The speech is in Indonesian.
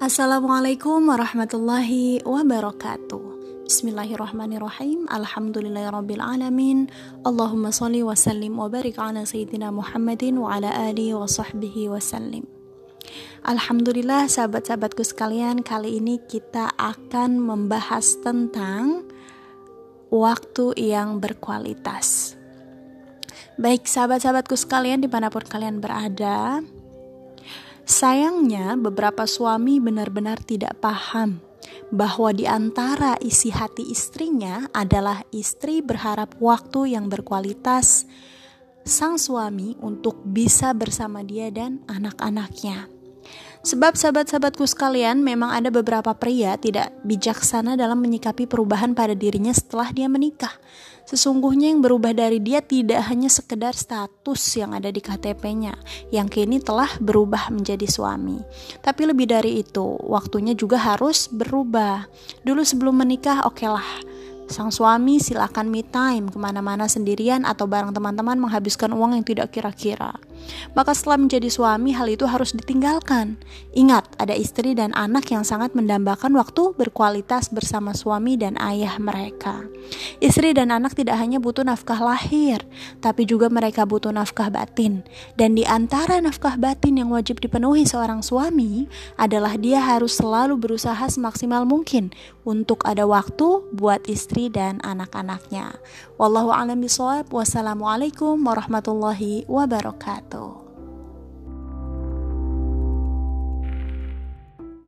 Assalamualaikum warahmatullahi wabarakatuh. Bismillahirrahmanirrahim. Alhamdulillahirrabbilalamin. Allahumma salli wa sallim wa barik ala sayyidina Muhammadin wa ala alihi wa sahbihi wa sallim. Alhamdulillah sahabat-sahabatku sekalian, kali ini kita akan membahas tentang waktu yang berkualitas. Baik sahabat-sahabatku sekalian dimanapun kalian berada, sayangnya beberapa suami benar-benar tidak paham bahwa di antara isi hati istrinya adalah istri berharap waktu yang berkualitas sang suami untuk bisa bersama dia dan anak-anaknya. Sebab sahabat-sahabatku sekalian, memang ada beberapa pria tidak bijaksana dalam menyikapi perubahan pada dirinya setelah dia menikah. Sesungguhnya yang berubah dari dia tidak hanya sekedar status yang ada di KTP-nya, yang kini telah berubah menjadi suami. Tapi lebih dari itu, waktunya juga harus berubah. Dulu sebelum menikah, okelah, sang suami silakan me time kemana-mana sendirian atau bareng teman-teman menghabiskan uang yang tidak kira-kira. Maka setelah menjadi suami, hal itu harus ditinggalkan. Ingat, ada istri dan anak yang sangat mendambakan waktu berkualitas bersama suami dan ayah mereka. Istri dan anak tidak hanya butuh nafkah lahir, tapi juga mereka butuh nafkah batin. Dan di antara nafkah batin yang wajib dipenuhi seorang suami adalah dia harus selalu berusaha semaksimal mungkin untuk ada waktu buat istri dan anak-anaknya. Wallahu a'lam bishawab. Wassalamualaikum warahmatullahi wabarakatuh.